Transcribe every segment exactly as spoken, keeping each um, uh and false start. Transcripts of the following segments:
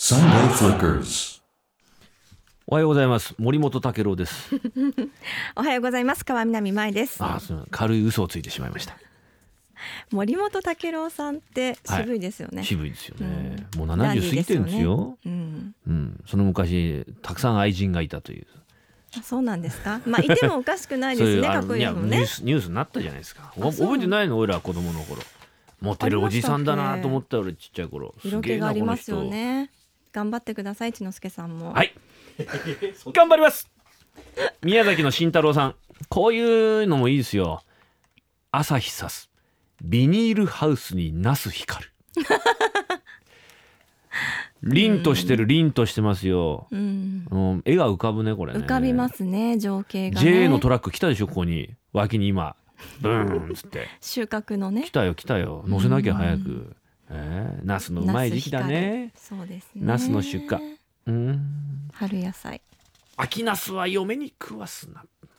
Sunday Flickers。 おはようございます。森本武郎です。 おはようございます。川南舞です。 あ、そう軽い嘘をついてしまいました。 森本武郎さんって渋いですよね、はい、 渋いですよね、うん、もうななじゅう過ぎてるんですよ、うんうん、その昔たくさん愛人がいたという。 あ、そうなんですか。まあいてもおかしくないですね。かっこいいですもんね。 ニュース、ニュースになったじゃないですか。覚えてないの？俺ら子供の頃モテるおじさんだなと思った。俺ちっちゃい頃色気がありますよね。頑張ってください、一之輔さんも。 はい頑張ります。宮崎の慎太郎さん、こういうのもいいですよ。朝日さすビニールハウスにナス光る凛としてる、凛としてますよ、うん、うん、絵が浮かぶね、これね。 浮かびますね、情景がね。 ジェイ のトラック来たでしょ、ここに脇に今ブーンっつって収穫のね。 来たよ来たよ、乗せなきゃ早く。えー、ナスのうまい時期だね。 そうですね、 ナスの出荷、うん、 春野菜。 秋ナスは嫁に食わすな。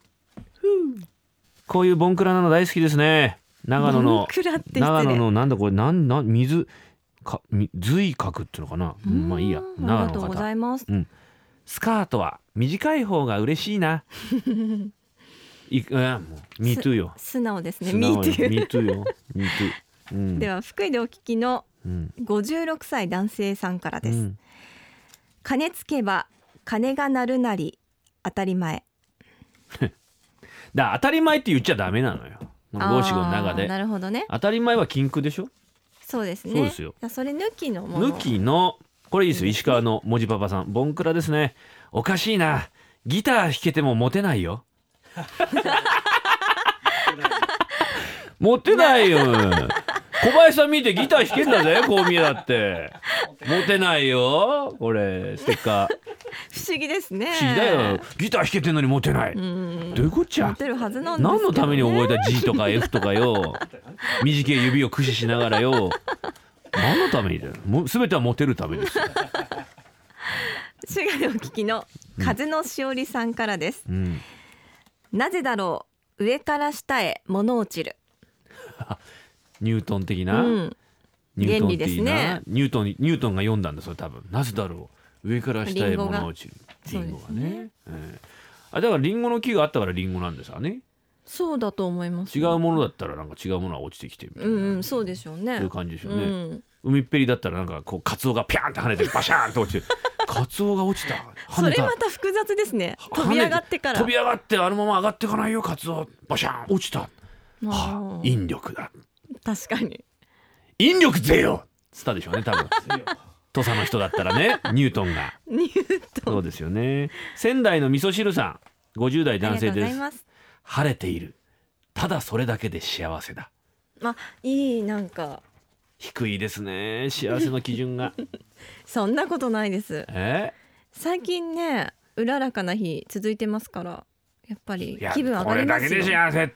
こういうボンクラなの大好きですね。長野の長野のなんだこれ、なんなん水か髄角っていうのかな、うん、まあいいや。長野の方、 ありがとうございます、 うん、スカートは短い方が嬉しいな。いやもう Me too よ。 素直ですね。 Me too Me too よ Me too、うん、 では福井でお聞きのごじゅうろくさい男性さんからです、うん、鐘つけば鐘が鳴るなり当たり前。 だ当たり前って言っちゃダメなのよ、五七五の中で。 なるほどね。 当たり前は禁句でしょ。 そうですね。 そうですよ。 それ抜きのもの、 抜きのこれいいですよ。石川の文字パパさん、ボンクラですね。おかしいな、ギター弾けてもモテないよ。モテないよ。小林さん見てギター弾けんだぜ、こう見えだって。モテないよこれ、ステッカー。 不思議ですね。 不思議だよ。ギター弾けてんのにモテない。どういうこっちゃ。 モテるはずなんですけどね。 何のために覚えた G とか F とかよ。短い指を駆使しながらよ。何のためにだよ。もう全てはモテるためですよ。 滋賀でお聞きの風野しおりさんからです、うん、なぜだろう、上から下へ物落ちる。 ニュートン的な、うん、ニュートン的な原理ですね。 ニュートンニュートンが読んだんだ、それ多分。なぜだろう、上から下へ物落ちる。リンゴがね、えー、あ、だからリンゴの木があったからリンゴなんですかね。 そうだと思います。 違うものだったらなんか違うものが落ちてきてみたいな、うんうん、 そうでしょうね。 そういう感じでしょうね、うん、海っぺりだったらなんかこうカツオがピャンって跳ねてバシャンって落ちてカツオが落ちた、 それまた複雑ですね。飛び上がってから飛び上がってあのまま上がっていかないよ、カツオバシャン落ちた、はあ、引力だ。 確かに引力ぜよつったでしょうね多分。土佐の人だったらね、ニュートンが。 ニュートン、 そうですよね。仙台の味噌汁さん、ごじゅう代男性です。晴れている、ただそれだけで幸せだ。 あ、いい。なんか低いですね、幸せの基準が。 そんなことないです。 え最近ね、うららかな日続いてますから、やっぱり気分上がりますよ。 これだけで幸せって、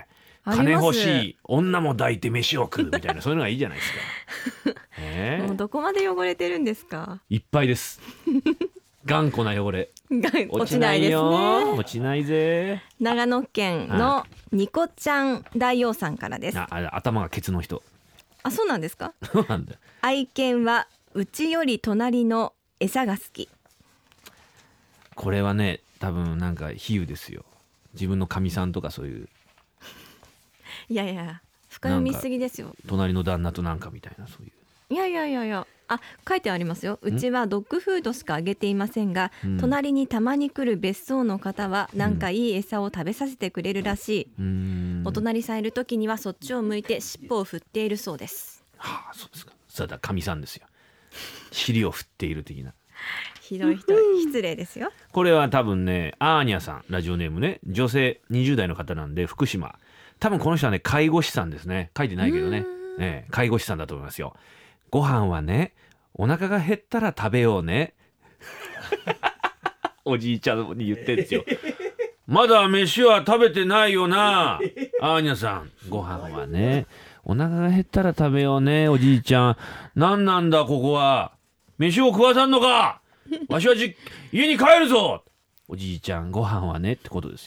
金欲しい、女も抱いて飯を食うみたいなそういうのがいいじゃないですか。えー、 もうどこまで汚れてるんですか。 いっぱいです。頑固な汚れ落ちないですね。 落ちないぜ。 長野県のニコちゃん大王さんからです。 ああ、頭がケツの人。 あ、そうなんですか。 そうなんだ。 愛犬はうちより隣の餌が好き。 これはね、多分なんか比喩ですよ。自分のかみさんとかそういう。 いやいや、深読みすぎですよ。 隣の旦那となんかみたいな、そういう。 いやいやいやいや、あ、書いてありますよ。うちはドッグフードしかあげていませんが、うん、隣にたまに来る別荘の方はなんかいい餌を食べさせてくれるらしい、うん、お隣さんいる時にはそっちを向いて尻尾を振っているそうです。 はあ、そうですか。それだ、かみさんですよ。尻を振っている的な。 ひどい人、失礼ですよ。 これは多分ね、アーニャさん、ラジオネームね、女性にじゅう代の方なんで、福島。多分この人はね、介護士さんですね。書いてないけどね、ね、介護士さんだと思いますよ。ご飯はね、お腹が減ったら食べようね。おじいちゃんに言ってんですよ。まだ飯は食べてないよな、アーニャさん。ご飯はね、お腹が減ったら食べようね、おじいちゃん。なんなんだここは、飯を食わさんのか。わしはじ家に帰るぞ。おじいちゃん、ご飯はねってことですよ。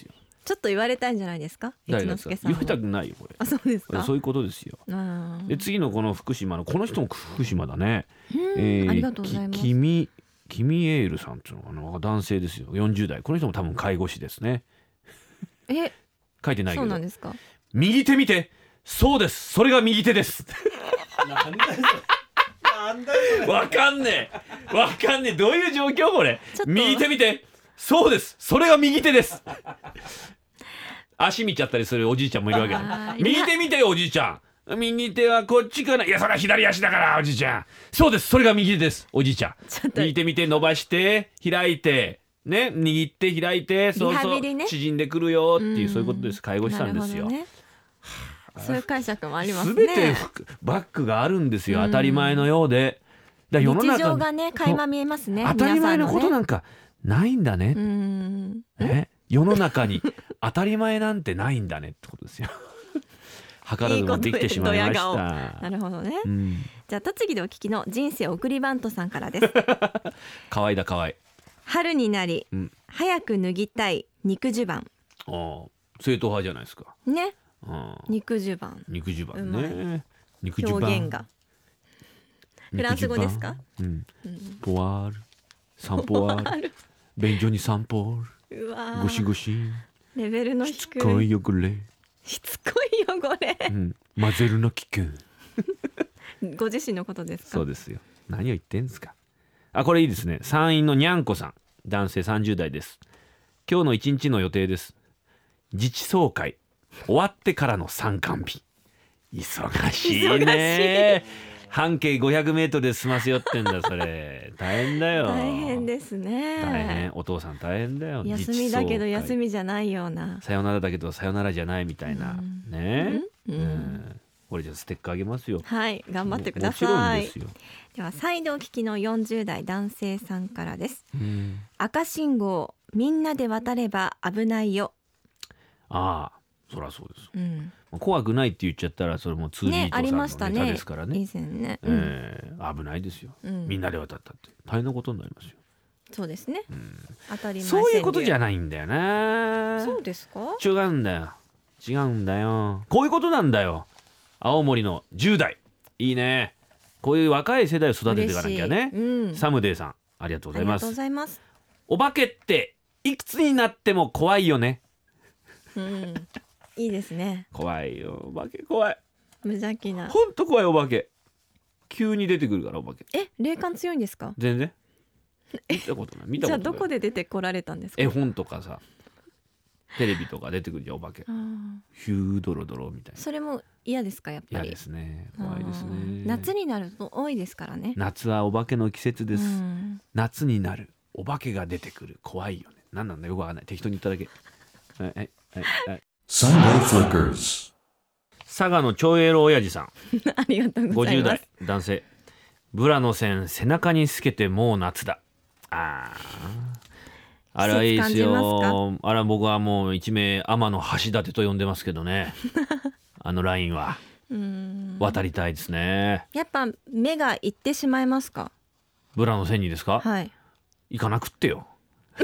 ちょっと言われたいんじゃないですか、一之輔さんも。 言われたくないよこれ。 あ、そうですか。 そういうことですよ。 あで次のこの福島のこの人も福島だね。 ーありがとうございます。 き君君エールさんっていうのかな、男性ですよ、よんじゅう代。この人も多分介護士ですね。 え、 書いてないけど。 そうなんですか。 右手見て、そうです、それが右手です。 なんだよそれなんだよそれわかんねえわかんねえ、どういう状況これ。 ちょっと右手見て、そうです、それが右手です。足見ちゃったりするおじいちゃんもいるわけあだ。 ー右手見てよおじいちゃん、右手はこっちかな、いやそれは左足だからおじいちゃん、そうです、それが右手ですおじいちゃん。 ちょっと右手見て、伸ばして開いてね、握って開いて、そうそう、 リハビリね縮んでくるよっていう、 うんそういうことです。介護士さんですよ。 なるほどね。そういう解釈もありますすべてね。 バックがあるんですよ、 うん当たり前のようで。だから世の日中常がね垣間見えますね。 当たり前のこと皆なんかないんだね、 さんのね。うんね、世の中に当たり前なんてないんだねってことですよ。図らずもできてしまいましいいことでた。 なるほどね。 うん、 じゃあ栃木でお聞きの人生送りバントさんからです。 かわいだかわい。 春になり、 うん、 早く脱ぎたい肉襦袢ああ、正統派じゃないですか。 ね。 うん、 肉襦袢肉襦袢うまね。肉襦袢。 表現がフランス語ですか？ うん、 うんポワール、サンポワール、便所にサンポール、 うわーゴシゴシ、 レベルのしつ低こいい汚れ、 しつこい汚れ。 うん、混ぜるの危険。 ご自身のことですか？ そうですよ。何を言ってんですか。あ、これいいですね。山陰のにゃんこさん、男性さんじゅう代です。今日の一日の予定です。自治総会終わってからの参観日。忙しいね。半径ごひゃくメートルで済ませよってんだそれ。大変だよ。 大変ですね。 大変。お父さん大変だよ。 休みだけど休み。 みじゃないような。 さよならだけどさよならじゃないみたいな。 うんね。 うんうんこれじゃステッカーあげますよ。 はい、頑張ってくだもちろんさい。 ですよ。 では再度お聞きのよんじゅう代男性さんからです。 うん赤信号みんなで渡れば危ないよ。 ああ、そりゃそうです。 うん、 怖くないって言っちゃったらそれもツービねありートさんましたねのネタですからね。 以前ね、うんえー危ないですよ、 うんみんなで渡ったって大変なことになりますよ、 そうですね、 うん当たり前そういうことじゃない。 ないんだよな。 そうですか？ 違うんだよ違うんだよこういうことなんだよ。青森のじゅう代いいね。こういう若い世代を育てていかなきゃね、 嬉しいうん、 サムデイさんありがとうございまありがとうごす。 ざいます。 お化けっていくつになっても怖いよね。 うん、いいですね。 怖いよお化け怖い。 無邪気な。 ほんと怖いお化け。急に出てくるからお化け。 え、霊感強いんですか？ 全然見たことない見たことない。 じゃあどこで出てこられたんですか？ 絵本とかさテレビとか出てくるじゃんお化け。 あーヒュードロドロみたいな。 それも嫌ですかやっぱり？ 嫌ですね。怖いですねあー。夏になると多いですからね。 夏はお化けの季節です、 うん夏になるお化けが出てくる怖いよね。何なんだよくわかんない適当に言っただけ。はいはいはいはい。 Sunday Flickers. 佐賀の長栄郎親父さんありがとうごごじゅうざいます代。男性。ブラの線背中に透けてもう夏だ。あーあれはいいです季節感じますよ。あれは僕はもう一名天の橋立と呼んでますけどねあのラインはうん渡りたいですね。 やっぱ目がいってしまいますか？ ブラの線にですか、 はい。 行かなくってよ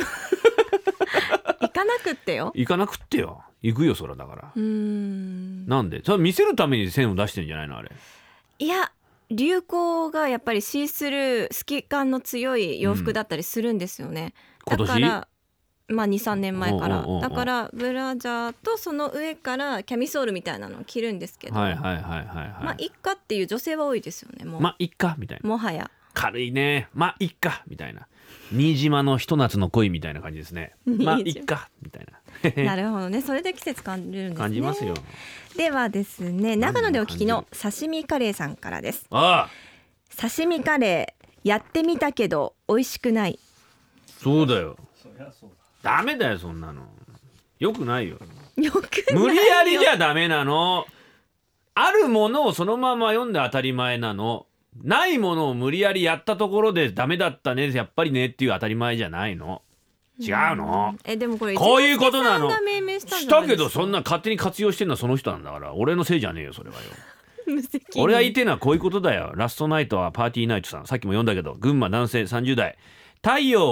行かなくってよ。 行かなくってよ行くよそらだから、 うーん。 なんでそれ見せるために線を出してんじゃないのあれ。 いや流行がやっぱりシースルー透け感の強い洋服だったりするんですよね。 今年だからまあにさんねんまえからおうおうおうおうだからブラジャーとその上からキャミソールみたいなのを着るんですけど、 はいはいはいはいはい。 まあいっかっていう女性は多いですよね。もう、 まあいっかみたいな。 もはや軽いねまあいっかみたいな。新島のひと夏の恋みたいな感じですね。まあいっかみたいななるほどね。それで季節感じるんですね。 感じますよ。 ではですね、長野でお聞きの刺身カレーさんからです。 ああ刺身カレーやってみたけど美味しくない。 そうだよ。 そりゃそうだ。 ダメだよそんなの。よくないよ。 よくないよ。 無理やりじゃダメなの。あるものをそのまま読んで当たり前なの。ないものを無理やりやったところでダメだったねやっぱりねっていう当たり前じゃないの。違うの。 えでもこれこういうことなの。 一之輔さんが命名したんしじゃないですかたけどそんな勝手に活用してるのはその人なんだから俺のせいじゃねえよそれはよ。 無責任。 俺が言いてえのはこういうことだよ。ラストナイトはパーティーナイトさんさっきも読んだけど群馬男性さんじゅう代。太陽は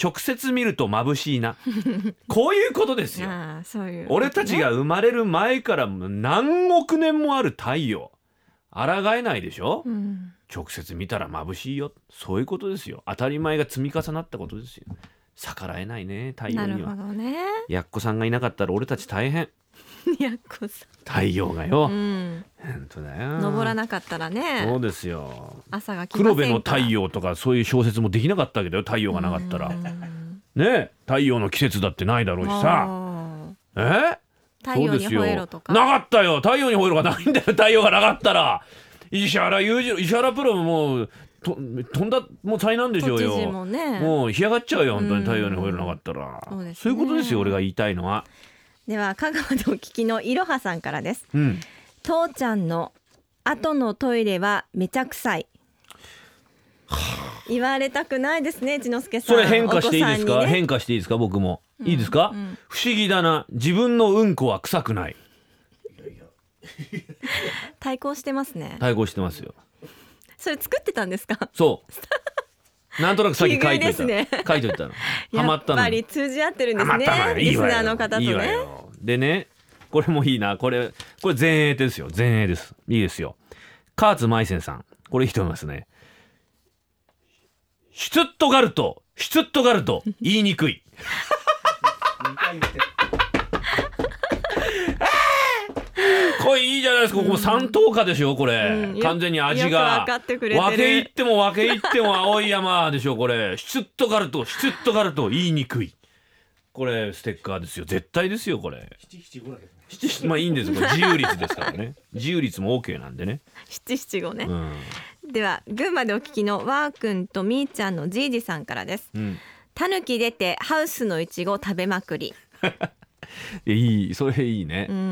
直接見ると眩しいなこういうことですよ。 あそういう、ね、 俺たちが生まれる前から何億年もある太陽抗えないでしょ、うん、直接見たら眩しいよ、そういうことですよ。当たり前が積み重なったことですよ。逆らえないね太陽には。 なるほどね。 やっこさんがいなかったら俺たち大変。 やっこさん太陽がよ、うん、 本当だよ。登らなかったらね。 そうですよ。 朝が来ませんから。 黒部の太陽とかそういう小説もできなかったわけどよ、太陽がなかったら。ね、太陽の季節だってないだろうしさ。え太陽に吠えろとかなかったよ。太陽に吠えろがないんだよ。太陽がなかったら。石原裕次郎、石原プロももうと飛んだもう災難でしょうよ。 都知事もね、 もう干上がっちゃうよ本当に太陽に吠えろなかったら。そうですね、そういうことですよ俺が言いたいのは。 では香川でお聞きのいろはさんからです、うん、父ちゃんの後のトイレはめちゃ臭い言われたくないですね一之輔さん。 それ変化していいですか、ね、変化していいですか僕も、うん、いいですか、うん、不思議だな、自分のうんこは臭くない。 対抗してますね。 対抗してますよ。 それ作ってたんですか。 そうなんとなくさっき書いといた、ね、書いといたのハマったの。 やっぱり通じ合ってるんですねリスナーの方とね。いいわよ。 でねこれもいいな、これこれ前衛ですよ、前衛です。いいですよ。カーツマイセンさん、これいいと思いますね。シュツットガルトシュツットガルト言いにくいこれいいじゃないですか、ここ三等価でしょこれ、うん、完全に味が分け入っても分け入っても青い山でしょこれ。シュツットガルトシュツットガルト言いにくい、これステッカーですよ、絶対ですよこれ。七七五だけどね。まあいいんですよ、自由率ですからね。自由率も OK なんでね。 七七五ね、うん、では群馬でお聞きのワーくんとみーちゃんのじいじさんからです、うん、タヌキ出てハウスのいちご食べまくりいい、それいいね、うん、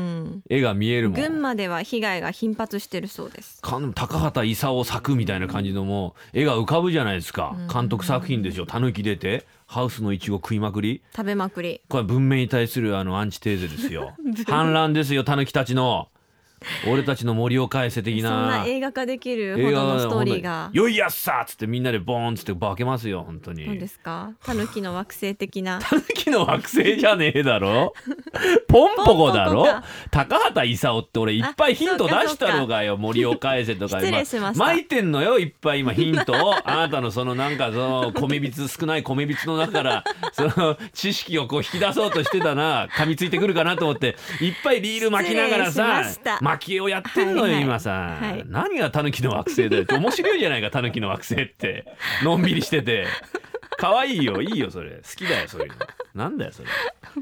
絵が見えるもん。 群馬では被害が頻発してるそうです。 高畑勲作みたいな感じのもう絵が浮かぶじゃないですか、うん、監督作品でしょ。タヌキ出てハウスのいちご食いまくり食べまくり、 これ文明に対するあのアンチテーゼですよ反乱ですよタヌキたちの。俺たちの森を返せ的な、 そんな映画化できるほどのストーリーが。 よいやっさっつってみんなでボーンっつって化けますよ本当に。 何ですか、タヌキの惑星的な。 タヌキの惑星じゃねえだろポンポコだろ。高畑勲って俺いっぱいヒント出したのがよ、森を返せとか失礼しました。 巻いてんのよいっぱい今ヒントをあなたのそのなんかその米びつ少ない米びつの中からその知識をこう引き出そうとしてたな、噛みついてくるかなと思っていっぱいリール巻きながらさ巻きをやってんのよ、はいはい、今さ、はい、何がタヌキの惑星だよって面白いじゃないかタヌキの惑星ってのんびりしてて可愛いよ、いいよそれ好きだよそういうの。なんだよそれ。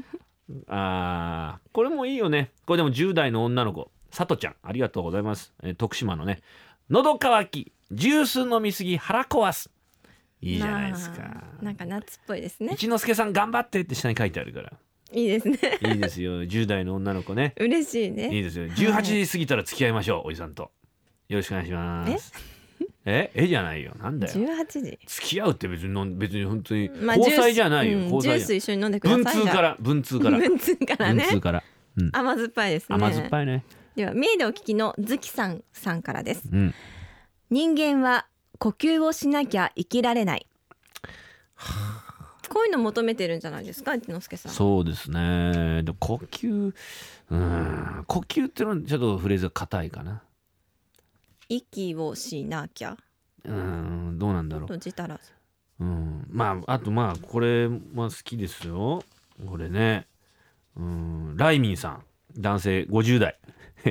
あーこれもいいよね。これでもじゅう代の女の子さとちゃんありがとうございます、えー、徳島のね、喉乾きジュース飲みすぎ腹壊す、いいじゃないですか。 なんか夏っぽいですね。 一之輔さん頑張ってって下に書いてあるからいいですね。 いいですよじゅう代の女の子ね。 嬉しいね。 いいですよ。じゅうはちじ過ぎたら付き合いましょう、おじさんと。よろしくお願いします。ええじゃないよ、なんだよ。 じゅうはちじ付き合うって別に別に本当に交際じゃないよ、 まあ、交際ジュース一緒に飲んでください。 文通から文通から文通からね。 文通から、 うん、甘酸っぱいですね。 甘酸っぱいね。 では三重でお聞きのズキさんさんからです、うん、人間は呼吸をしなきゃ生きられない。こういうの求めてるんじゃないですか一之輔さん。 そうですね。で呼吸、うん、呼吸っていうのはちょっとフレーズが硬いかな。 息をしなきゃ、 うん、どうなんだろう。 とじたらず、 うん、まああとまあこれは好きですよこれね、うん、ライミンさん男性ごじゅう代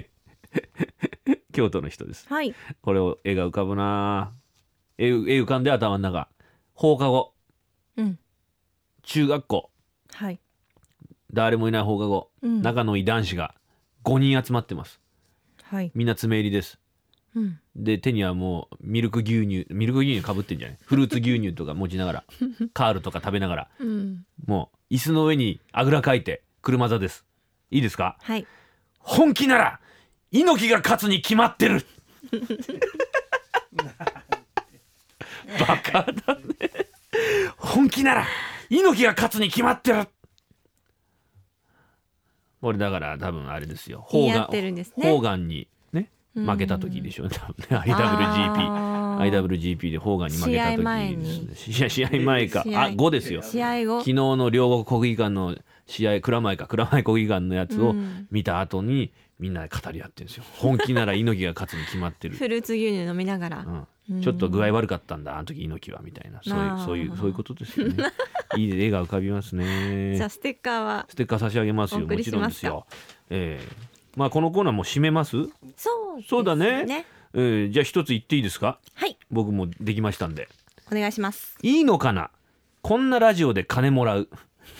京都の人です、 はい、 これを絵が浮かぶな。絵浮かんで頭の中放課後、うん、中学校、はい、誰もいない放課後、うん、仲のいい男子がごにん集まってます、はい、みんな爪入りです、うん、で手にはもうミルク牛乳ミルク牛乳かぶってんじゃないフルーツ牛乳とか持ちながらカールとか食べながら、うん、もう椅子の上にあぐらかいて車座です。いいですか、はい、本気なら猪木が勝つに決まってるバカだね本気なら猪木が勝つに決まってる。これだから多分あれですよ、ホーガン、ホーガンにね負けた時でしょうね多分ね アイダブリュージーピーーアイダブリュージーピー でホーガンに負けた時試合前にに試合試合前か試合あごですよ。 試合後昨日の両国国技館の試合蔵前か蔵前国技館のやつを見た後にみんなで語り合ってるんですよ。本気なら猪木が勝つに決まってる、 フルーツ牛乳飲みながら、 うん、ちょっと具合悪かったんだあの時猪木はみたいな、そういうそういうそういうことですよね。いい絵が浮かびますね。 じゃあステッカーはステッカー差し上げますよ。 お送りもちろんしまかですすよ。えー、まあこのコーナーも締めます。 そうですね。 そうだね。えー、じゃあ一つ言っていいですか。 はい、 僕もできましたんでお願いします。 いいのかな、こんなラジオで金もらう。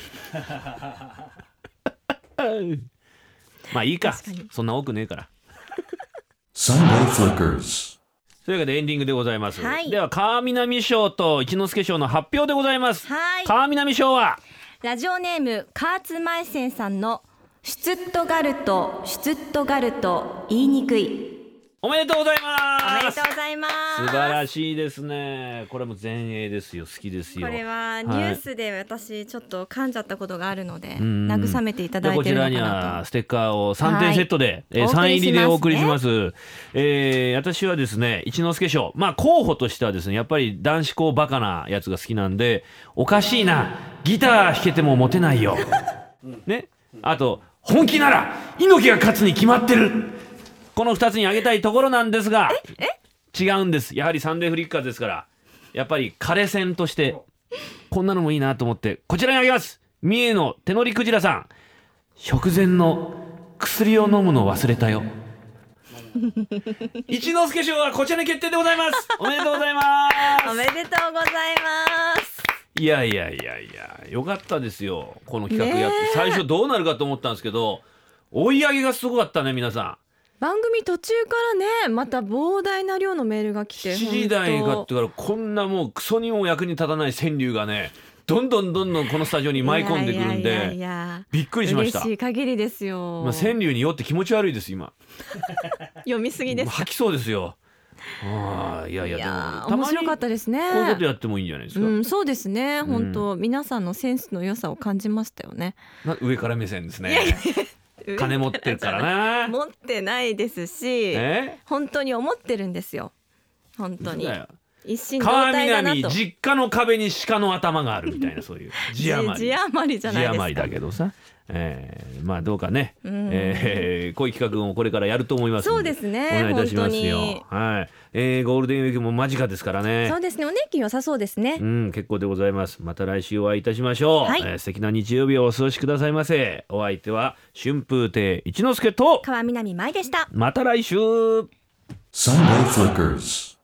まあいいか、そんな多くねえから。 Sunday Flickers。 というわけでエンディングでございます、 はい、 では川南賞と一之輔賞の発表でございます。 はい、 川南賞はラジオネームカーツマイセンさんのシュツットガルトシュツットガルト言いにくい。 おめでとうございおます。 めでとうございます。 素晴らしいですね。これも前衛ですよ。好きですよ。 これはニュースで私ちょっと噛んじゃったことがあるので、 はい、 慰めていただいてるのかなと。 こちらにはステッカーをさんてんセットで、はい、えー、さん入りでお送りします。えー、私はですね一之輔賞、まあ候補としてはですねやっぱり男子校バカなやつが好きなんで、おかしいなギター弾けてもモテないよね、あと本気なら猪木が勝つに決まってる、このふたつに挙げたいところなんですが、違うんです。やはりサンデーフリッカーズですから、やっぱり枯線としてこんなのもいいなと思ってこちらに挙げます。三重の手乗りクジラさん、食前の薬を飲むの忘れたよ。一之輔賞はこちらに決定でございます。おめでとうございます。 おめでとうございます。 いやいやいやいや、よかったですよこの企画やって、最初どうなるかと思ったんですけど追い上げがすごかったね。皆さん番組途中からねまた膨大な量のメールが来て、 しちじ台があってからこんなもうクソにも役に立たない川柳がねどんどんどんどんこのスタジオに舞い込んでくるんで、いやいやいやびっくりしました。 嬉しい限りですよ。 まあ、川柳によって気持ち悪いです今。 読みすぎです。 吐きそうですよ。あいやいや、 いやでも面白かったですね。 こういうことやってもいいんじゃないですか。 うん、そうですね。本当、うん、皆さんのセンスの良さを感じましたよね。 上から目線ですね。金持ってるからな。 持ってないですし、本当に思ってるんですよ。本当に一心同体だなと。 川南実家の壁に鹿の頭があるみたいなそういう字余り字余りじゃないですか。 字余りだけどさ、えー、まあどうかね、うんえー、こういう企画もこれからやると思いますので、 そうですね、 お願いいたしますよ。はい、えー、ゴールデンウィークも間近ですからね。 そうですね、お天気良さそうですね。 うん、結構でございます。また来週お会いいたしましょう、 はい、 えー、素敵な日曜日をお過ごしくださいませ。お相手は春風亭一之輔と川南舞でした。 また来週。 Sunday Flickers